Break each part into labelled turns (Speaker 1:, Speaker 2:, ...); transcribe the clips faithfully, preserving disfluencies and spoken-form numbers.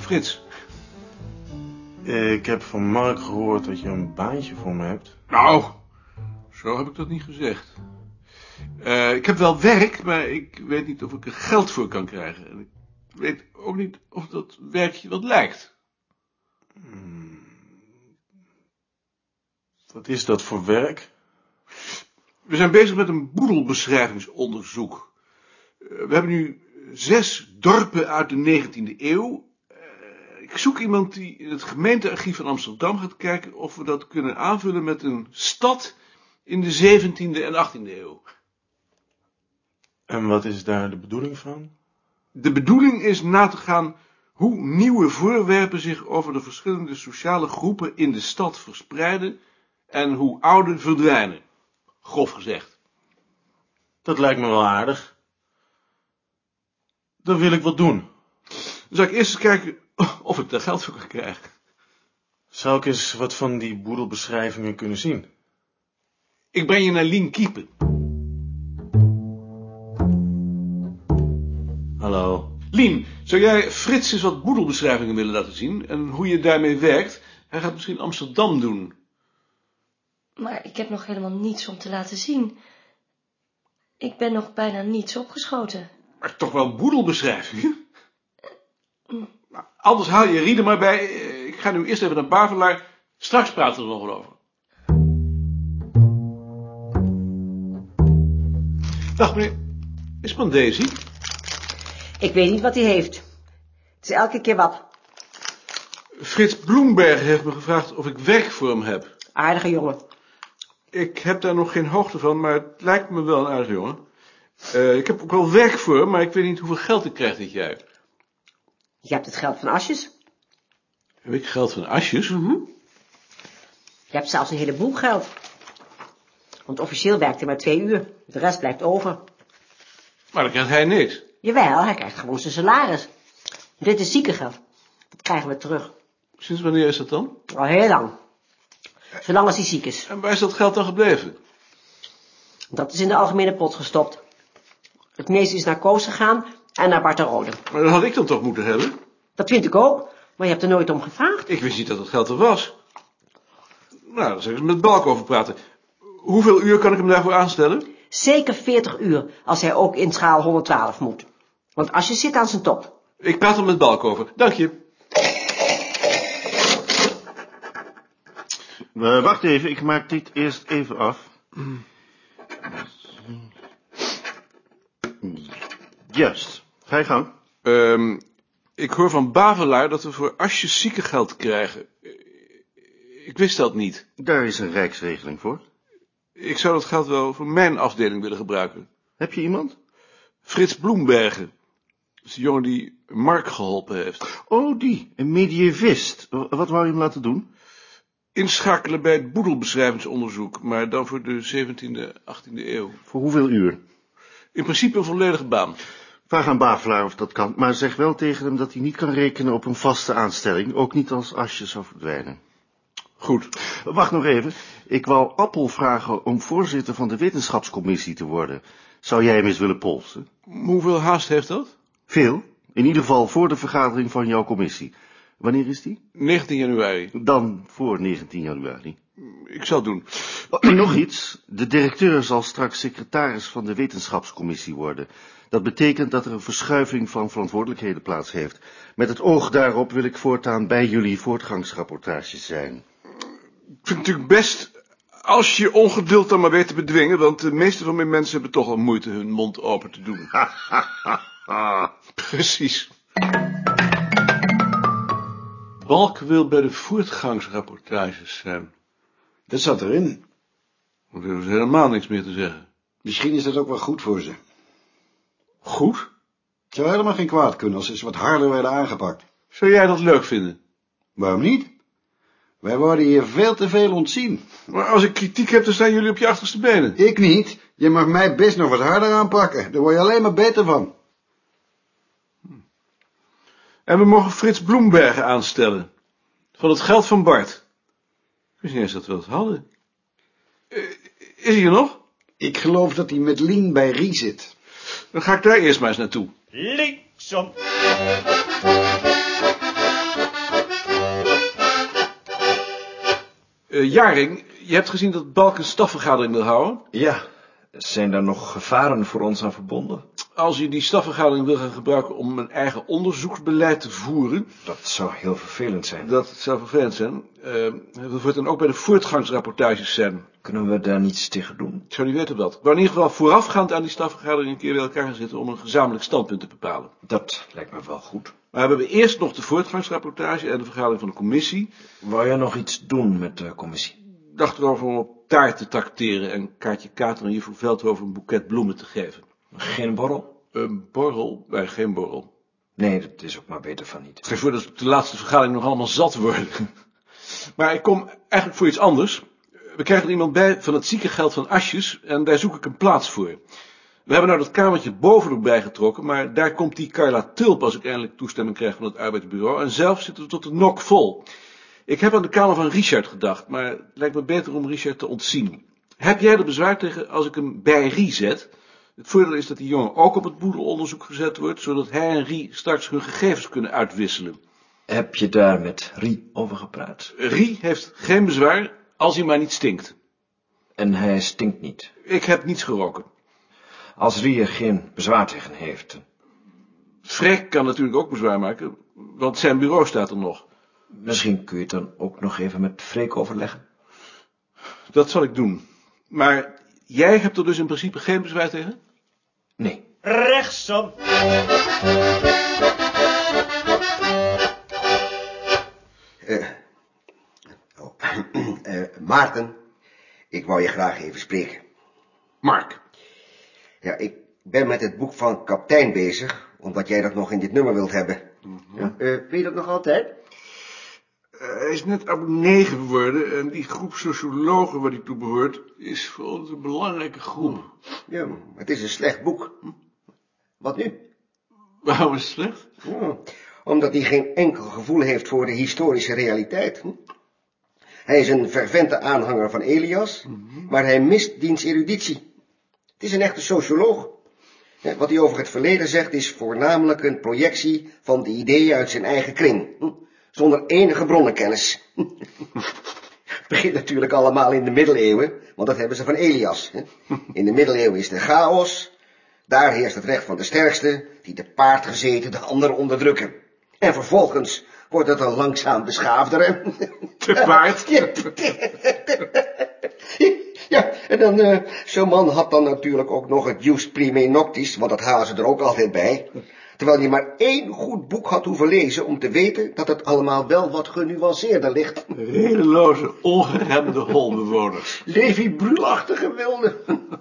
Speaker 1: Frits.
Speaker 2: Ik heb van Mark gehoord dat je een baantje voor me hebt.
Speaker 1: Nou, zo heb ik dat niet gezegd. Uh, ik heb wel werk, maar ik weet niet of ik er geld voor kan krijgen. En ik weet ook niet of dat werkje wat lijkt.
Speaker 2: Hmm. Wat is dat voor werk?
Speaker 1: We zijn bezig met een boedelbeschrijvingsonderzoek. Uh, we hebben nu zes dorpen uit de negentiende eeuw. Uh, ik zoek iemand die in het gemeentearchief van Amsterdam gaat kijken of we dat kunnen aanvullen met een stad in de zeventiende en achttiende eeuw.
Speaker 2: En wat is daar de bedoeling van?
Speaker 1: De bedoeling is na te gaan hoe nieuwe voorwerpen zich over de verschillende sociale groepen in de stad verspreiden en hoe oude verdwijnen. Grof gezegd.
Speaker 2: Dat lijkt me wel aardig. Dan wil ik wat doen.
Speaker 1: Dan zou ik eerst eens kijken of ik daar geld voor kan krijgen.
Speaker 2: Zou ik eens wat van die boedelbeschrijvingen kunnen zien?
Speaker 1: Ik breng je naar Lien Kiepen.
Speaker 2: Hallo.
Speaker 1: Lien, zou jij Frits eens wat boedelbeschrijvingen willen laten zien en hoe je daarmee werkt? Hij gaat misschien Amsterdam doen.
Speaker 3: Maar ik heb nog helemaal niets om te laten zien. Ik ben nog bijna niets opgeschoten.
Speaker 1: Maar toch wel boedelbeschrijvingen? Mm. Nou, anders haal je Rieder maar bij. Ik ga nu eerst even naar Bavelaar. Straks praten we er nog wel over. Dag meneer. Is man Daisy?
Speaker 4: Ik weet niet wat hij heeft. Het is elke keer wat.
Speaker 1: Frits Bloemberg heeft me gevraagd of ik werk voor hem heb.
Speaker 4: Aardige jongen.
Speaker 1: Ik heb daar nog geen hoogte van, maar het lijkt me wel een aardige jongen. Uh, ik heb ook wel werk voor hem, maar ik weet niet hoeveel geld ik krijg dit jaar.
Speaker 4: Je hebt het geld van Asjes.
Speaker 1: Heb ik geld van Asjes?
Speaker 4: Mm-hmm. Je hebt zelfs een heleboel geld. Want officieel werkt hij maar twee uur. De rest blijft over.
Speaker 1: Maar dan krijgt hij niks.
Speaker 4: Jawel, hij krijgt gewoon zijn salaris. Dit is ziekengeld. Dat krijgen we terug.
Speaker 1: Sinds wanneer is dat dan?
Speaker 4: Al heel lang. Zolang als hij ziek is.
Speaker 1: En waar is dat geld dan gebleven?
Speaker 4: Dat is in de algemene pot gestopt. Het meeste is naar Koos gegaan en naar Bart de Rode.
Speaker 1: Maar dat had ik dan toch moeten hebben?
Speaker 4: Dat vind ik ook, maar je hebt er nooit om gevraagd.
Speaker 1: Ik wist niet dat het geld er was. Nou, dan zal ik eens met Balk over praten. Hoeveel uur kan ik hem daarvoor aanstellen?
Speaker 4: Zeker veertig uur, als hij ook in schaal honderdtwaalf moet. Want als je zit aan zijn top.
Speaker 1: Ik praat er met Balk over. Dank je.
Speaker 5: Uh, wacht even, ik maak dit eerst even af. Juist, ga je gang.
Speaker 1: Um, ik hoor van Bavelaar dat we voor Asjes ziekengeld krijgen. Ik wist dat niet.
Speaker 5: Daar is een rijksregeling voor.
Speaker 1: Ik zou dat geld wel voor mijn afdeling willen gebruiken.
Speaker 5: Heb je iemand?
Speaker 1: Frits Bloembergen. Dat is de jongen die Mark geholpen heeft.
Speaker 5: Oh, die, een medievist. Wat wou je hem laten doen?
Speaker 1: Inschakelen bij het boedelbeschrijvingsonderzoek, maar dan voor de zeventiende, achttiende eeuw.
Speaker 5: Voor hoeveel uur?
Speaker 1: In principe een volledige baan.
Speaker 5: Vraag aan Bavelaar of dat kan, maar zeg wel tegen hem dat hij niet kan rekenen op een vaste aanstelling, ook niet als Asje zou verdwijnen.
Speaker 1: Goed.
Speaker 5: Wacht nog even. Ik wou Appel vragen om voorzitter van de wetenschapscommissie te worden. Zou jij hem eens willen polsen?
Speaker 1: Hoeveel haast heeft dat?
Speaker 5: Veel. In ieder geval voor de vergadering van jouw commissie. Wanneer is die?
Speaker 1: negentien januari.
Speaker 5: Dan voor negentien januari.
Speaker 1: Ik zal het doen.
Speaker 5: Oh, nog iets. De directeur zal straks secretaris van de wetenschapscommissie worden. Dat betekent dat er een verschuiving van verantwoordelijkheden plaats heeft. Met het oog daarop wil ik voortaan bij jullie voortgangsrapportages zijn.
Speaker 1: Ik vind het natuurlijk best als je ongeduld dan maar weet te bedwingen, want de meeste van mijn mensen hebben toch al moeite hun mond open te doen. Precies. Balk wil bij de voortgangsrapportages zijn.
Speaker 6: Dat zat erin.
Speaker 1: Dan hebben ze helemaal niks meer te zeggen.
Speaker 6: Misschien is dat ook wel goed voor ze.
Speaker 1: Goed?
Speaker 6: Het zou helemaal geen kwaad kunnen als ze eens wat harder werden aangepakt.
Speaker 1: Zou jij dat leuk vinden?
Speaker 6: Waarom niet? Wij worden hier veel te veel ontzien.
Speaker 1: Maar als ik kritiek heb, dan staan jullie op je achterste benen.
Speaker 6: Ik niet. Je mag mij best nog wat harder aanpakken. Daar word je alleen maar beter van.
Speaker 1: En we mogen Frits Bloembergen aanstellen. Van het geld van Bart. Ik wist niet eens dat we dat hadden. Uh, is hij er nog?
Speaker 6: Ik geloof dat hij met Lien bij Rie zit.
Speaker 1: Dan ga ik daar eerst maar eens naartoe.
Speaker 7: Linksom.
Speaker 1: Uh, Jaring, je hebt gezien dat Balk een stafvergadering wil houden.
Speaker 7: Ja, zijn daar nog gevaren voor ons aan verbonden?
Speaker 1: Als je die stafvergadering wil gaan gebruiken om een eigen onderzoeksbeleid te voeren...
Speaker 7: Dat zou heel vervelend zijn.
Speaker 1: Dat zou vervelend zijn. Uh, dat wordt dan ook bij de voortgangsrapportages zijn.
Speaker 7: Kunnen we daar niets tegen doen?
Speaker 1: Ik zou niet weten wat. Maar in ieder geval voorafgaand aan die stafvergadering een keer bij elkaar gaan zitten om een gezamenlijk standpunt te bepalen.
Speaker 7: Dat lijkt me wel goed.
Speaker 1: Maar we hebben eerst nog de voortgangsrapportage en de vergadering van de commissie.
Speaker 7: Wou jij nog iets doen met de commissie?
Speaker 1: Ik dacht erover om op taart te trakteren en Kaartje Kater en juffrouw Veldhoven een boeket bloemen te geven.
Speaker 7: Geen borrel?
Speaker 1: Een borrel? Nee, geen borrel.
Speaker 7: Nee, dat is ook maar beter van niet.
Speaker 1: Ik stel voor dat we de laatste vergadering nog allemaal zat worden. Maar ik kom eigenlijk voor iets anders. We krijgen er iemand bij van het ziekengeld van Asjes en daar zoek ik een plaats voor. We hebben nou dat kamertje boven erbij getrokken, maar daar komt die Carla Tulp als ik eindelijk toestemming krijg van het arbeidsbureau. En zelf zitten we tot de nok vol. Ik heb aan de kamer van Richard gedacht, maar het lijkt me beter om Richard te ontzien. Heb jij er bezwaar tegen als ik hem bij Rie zet? Het voordeel is dat die jongen ook op het boedelonderzoek gezet wordt, zodat hij en Rie straks hun gegevens kunnen uitwisselen.
Speaker 7: Heb je daar met Rie over gepraat?
Speaker 1: Rie heeft geen bezwaar, als hij maar niet stinkt.
Speaker 7: En hij stinkt niet?
Speaker 1: Ik heb niets geroken.
Speaker 7: Als Rie er geen bezwaar tegen heeft?
Speaker 1: Freek kan natuurlijk ook bezwaar maken, want zijn bureau staat er nog.
Speaker 7: Misschien kun je het dan ook nog even met Freek overleggen?
Speaker 1: Dat zal ik doen. Maar jij hebt er dus in principe geen bezwaar tegen?
Speaker 7: Nee.
Speaker 2: Rechtsom.
Speaker 8: Uh, oh, uh, Maarten, ik wou je graag even spreken.
Speaker 1: Mark.
Speaker 8: Ja, ik ben met het boek van kaptein bezig, omdat jij dat nog in dit nummer wilt hebben. Mm-hmm. Ja, uh, vind je dat nog altijd?
Speaker 1: Uh, hij is net abonnee geworden en die groep sociologen waar hij toe behoort is voor ons een belangrijke groep.
Speaker 8: Ja, het is een slecht boek. Wat nu?
Speaker 1: Waarom is het slecht?
Speaker 8: Ja, omdat hij geen enkel gevoel heeft voor de historische realiteit. Hij is een fervente aanhanger van Elias, mm-hmm. maar hij mist diens eruditie. Het is een echte socioloog. Wat hij over het verleden zegt is voornamelijk een projectie van de ideeën uit zijn eigen kring, zonder enige bronnenkennis. Het begint natuurlijk allemaal in de middeleeuwen, want dat hebben ze van Elias. In de middeleeuwen is de chaos, daar heerst het recht van de sterkste, die te paard gezeten de anderen onderdrukken. En vervolgens wordt het een langzaam beschaafdere.
Speaker 1: Te paard?
Speaker 8: Ja, ja, en dan, uh, zo'n man had dan natuurlijk ook nog het Jus Primae Noctis, want dat halen ze er ook altijd bij. Terwijl hij maar één goed boek had hoeven lezen om te weten dat het allemaal wel wat genuanceerder ligt.
Speaker 1: Redeloze, ongeremde holbewoners.
Speaker 8: Levi Brühl-achtige wilde.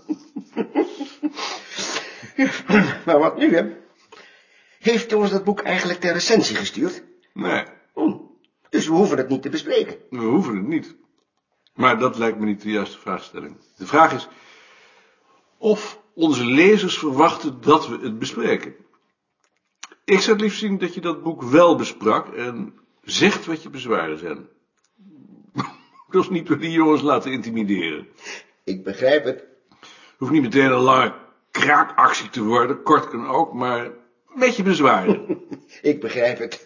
Speaker 8: Maar wat nu, hè? Heeft ons dat boek eigenlijk ter recensie gestuurd?
Speaker 1: Nee.
Speaker 8: Hm. Dus we hoeven het niet te bespreken.
Speaker 1: We hoeven het niet. Maar dat lijkt me niet de juiste vraagstelling. De vraag is of onze lezers verwachten dat we het bespreken. Ik zou het liefst zien dat je dat boek wel besprak en zegt wat je bezwaren zijn. Dus niet door die jongens laten intimideren.
Speaker 8: Ik begrijp het.
Speaker 1: Hoeft niet meteen een lange kraakactie te worden, kort kan ook, maar met je bezwaren.
Speaker 8: Ik begrijp het.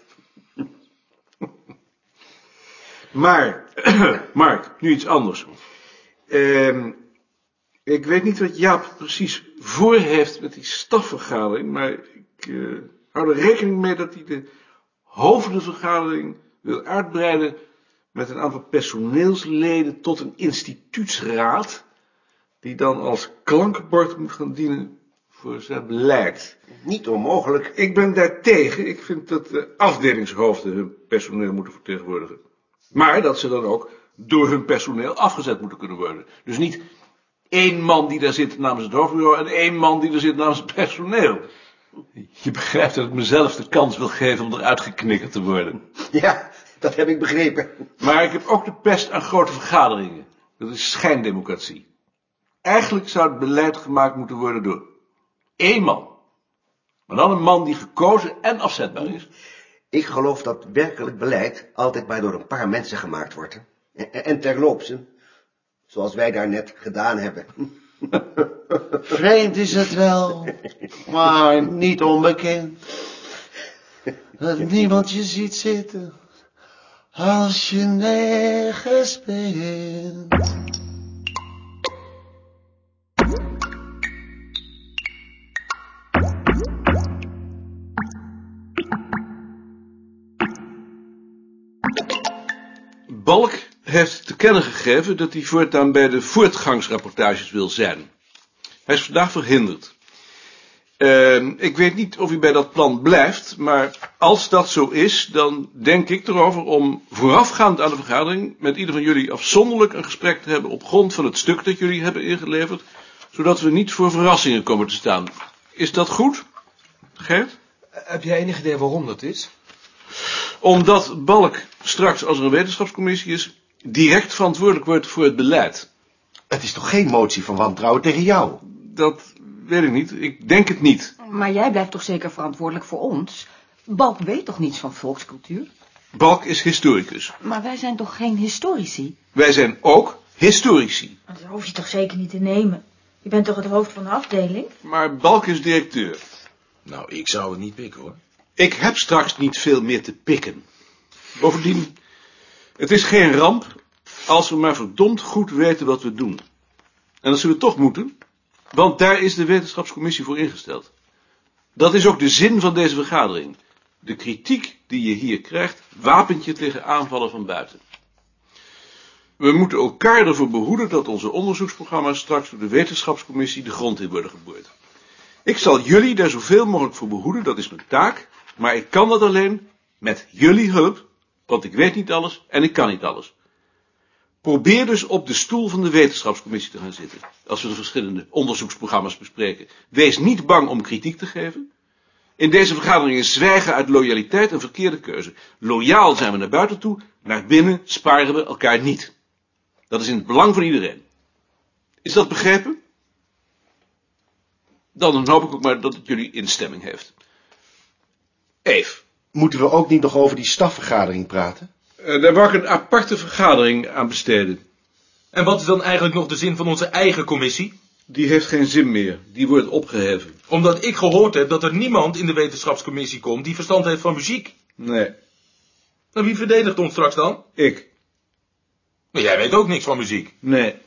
Speaker 1: Maar, Mark, nu iets anders. Uh, ik weet niet wat Jaap precies voor heeft met die stafvergadering, maar ik uh, hou er rekening mee dat hij de hoofdenvergadering wil uitbreiden met een aantal personeelsleden tot een instituutsraad, die dan als klankbord moet gaan dienen voor zijn beleid.
Speaker 8: Niet onmogelijk.
Speaker 1: Ik ben daartegen. Ik vind dat de afdelingshoofden hun personeel moeten vertegenwoordigen. Maar dat ze dan ook door hun personeel afgezet moeten kunnen worden. Dus niet één man die daar zit namens het hoofdbureau en één man die er zit namens het personeel. Je begrijpt dat ik mezelf de kans wil geven om eruit geknikkerd te worden.
Speaker 8: Ja, dat heb ik begrepen.
Speaker 1: Maar ik heb ook de pest aan grote vergaderingen. Dat is schijndemocratie. Eigenlijk zou het beleid gemaakt moeten worden door één man. Maar dan een man die gekozen en afzetbaar is.
Speaker 8: Ik geloof dat werkelijk beleid altijd maar door een paar mensen gemaakt wordt. En, en terloops, zoals wij daar net gedaan hebben.
Speaker 5: Vreemd is het wel, maar niet onbekend. Dat niemand je ziet zitten
Speaker 9: Als je nergens bent.
Speaker 1: Balk heeft te kennen gegeven dat hij voortaan bij de voortgangsrapportages wil zijn. Hij is vandaag verhinderd. Uh, ik weet niet of hij bij dat plan blijft, maar als dat zo is, dan denk ik erover om voorafgaand aan de vergadering met ieder van jullie afzonderlijk een gesprek te hebben op grond van het stuk dat jullie hebben ingeleverd, zodat we niet voor verrassingen komen te staan. Is dat goed, Gert?
Speaker 7: Heb jij enig idee waarom dat is?
Speaker 1: Omdat Balk straks, als er een wetenschapscommissie is, direct verantwoordelijk wordt voor het beleid.
Speaker 5: Het is toch geen motie van wantrouwen tegen jou?
Speaker 1: Dat weet ik niet. Ik denk het niet.
Speaker 10: Maar jij blijft toch zeker verantwoordelijk voor ons? Balk weet toch niets van volkscultuur?
Speaker 1: Balk is historicus.
Speaker 10: Maar wij zijn toch geen historici?
Speaker 1: Wij zijn ook historici.
Speaker 11: Dat hoef je toch zeker niet te nemen? Je bent toch het hoofd van de afdeling?
Speaker 1: Maar Balk is directeur.
Speaker 7: Nou, ik zou het niet pikken, hoor.
Speaker 1: Ik heb straks niet veel meer te pikken. Bovendien, het is geen ramp als we maar verdomd goed weten wat we doen. En dat zullen we toch moeten, want daar is de wetenschapscommissie voor ingesteld. Dat is ook de zin van deze vergadering. De kritiek die je hier krijgt, wapent je tegen aanvallen van buiten. We moeten elkaar ervoor behoeden dat onze onderzoeksprogramma's straks door de wetenschapscommissie de grond in worden geboord. Ik zal jullie daar zoveel mogelijk voor behoeden, dat is mijn taak, maar ik kan dat alleen met jullie hulp, want ik weet niet alles en ik kan niet alles. Probeer dus op de stoel van de wetenschapscommissie te gaan zitten, als we de verschillende onderzoeksprogramma's bespreken. Wees niet bang om kritiek te geven. In deze vergadering is zwijgen uit loyaliteit een verkeerde keuze. Loyaal zijn we naar buiten toe, naar binnen sparen we elkaar niet. Dat is in het belang van iedereen. Is dat begrepen? Dan hoop ik ook maar dat het jullie instemming heeft. Eve.
Speaker 5: Moeten we ook niet nog over die stafvergadering praten?
Speaker 1: Uh, daar wou ik een aparte vergadering aan besteden.
Speaker 12: En wat is dan eigenlijk nog de zin van onze eigen commissie?
Speaker 1: Die heeft geen zin meer. Die wordt opgeheven.
Speaker 12: Omdat ik gehoord heb dat er niemand in de wetenschapscommissie komt die verstand heeft van muziek.
Speaker 1: Nee.
Speaker 12: Nou, wie verdedigt ons straks dan?
Speaker 1: Ik.
Speaker 12: Maar jij weet ook niks van muziek.
Speaker 1: Nee.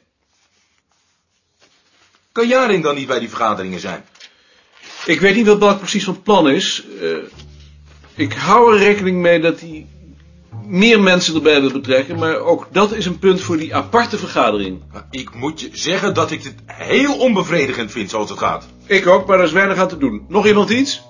Speaker 12: Kan Jaring dan niet bij die vergaderingen zijn?
Speaker 1: Ik weet niet wat Balk precies van plan is. Uh, ik hou er rekening mee dat hij meer mensen erbij wil betrekken, maar ook dat is een punt voor die aparte vergadering.
Speaker 12: Ik moet je zeggen dat ik dit heel onbevredigend vind zoals het gaat.
Speaker 1: Ik ook, maar er is weinig aan te doen. Nog iemand iets?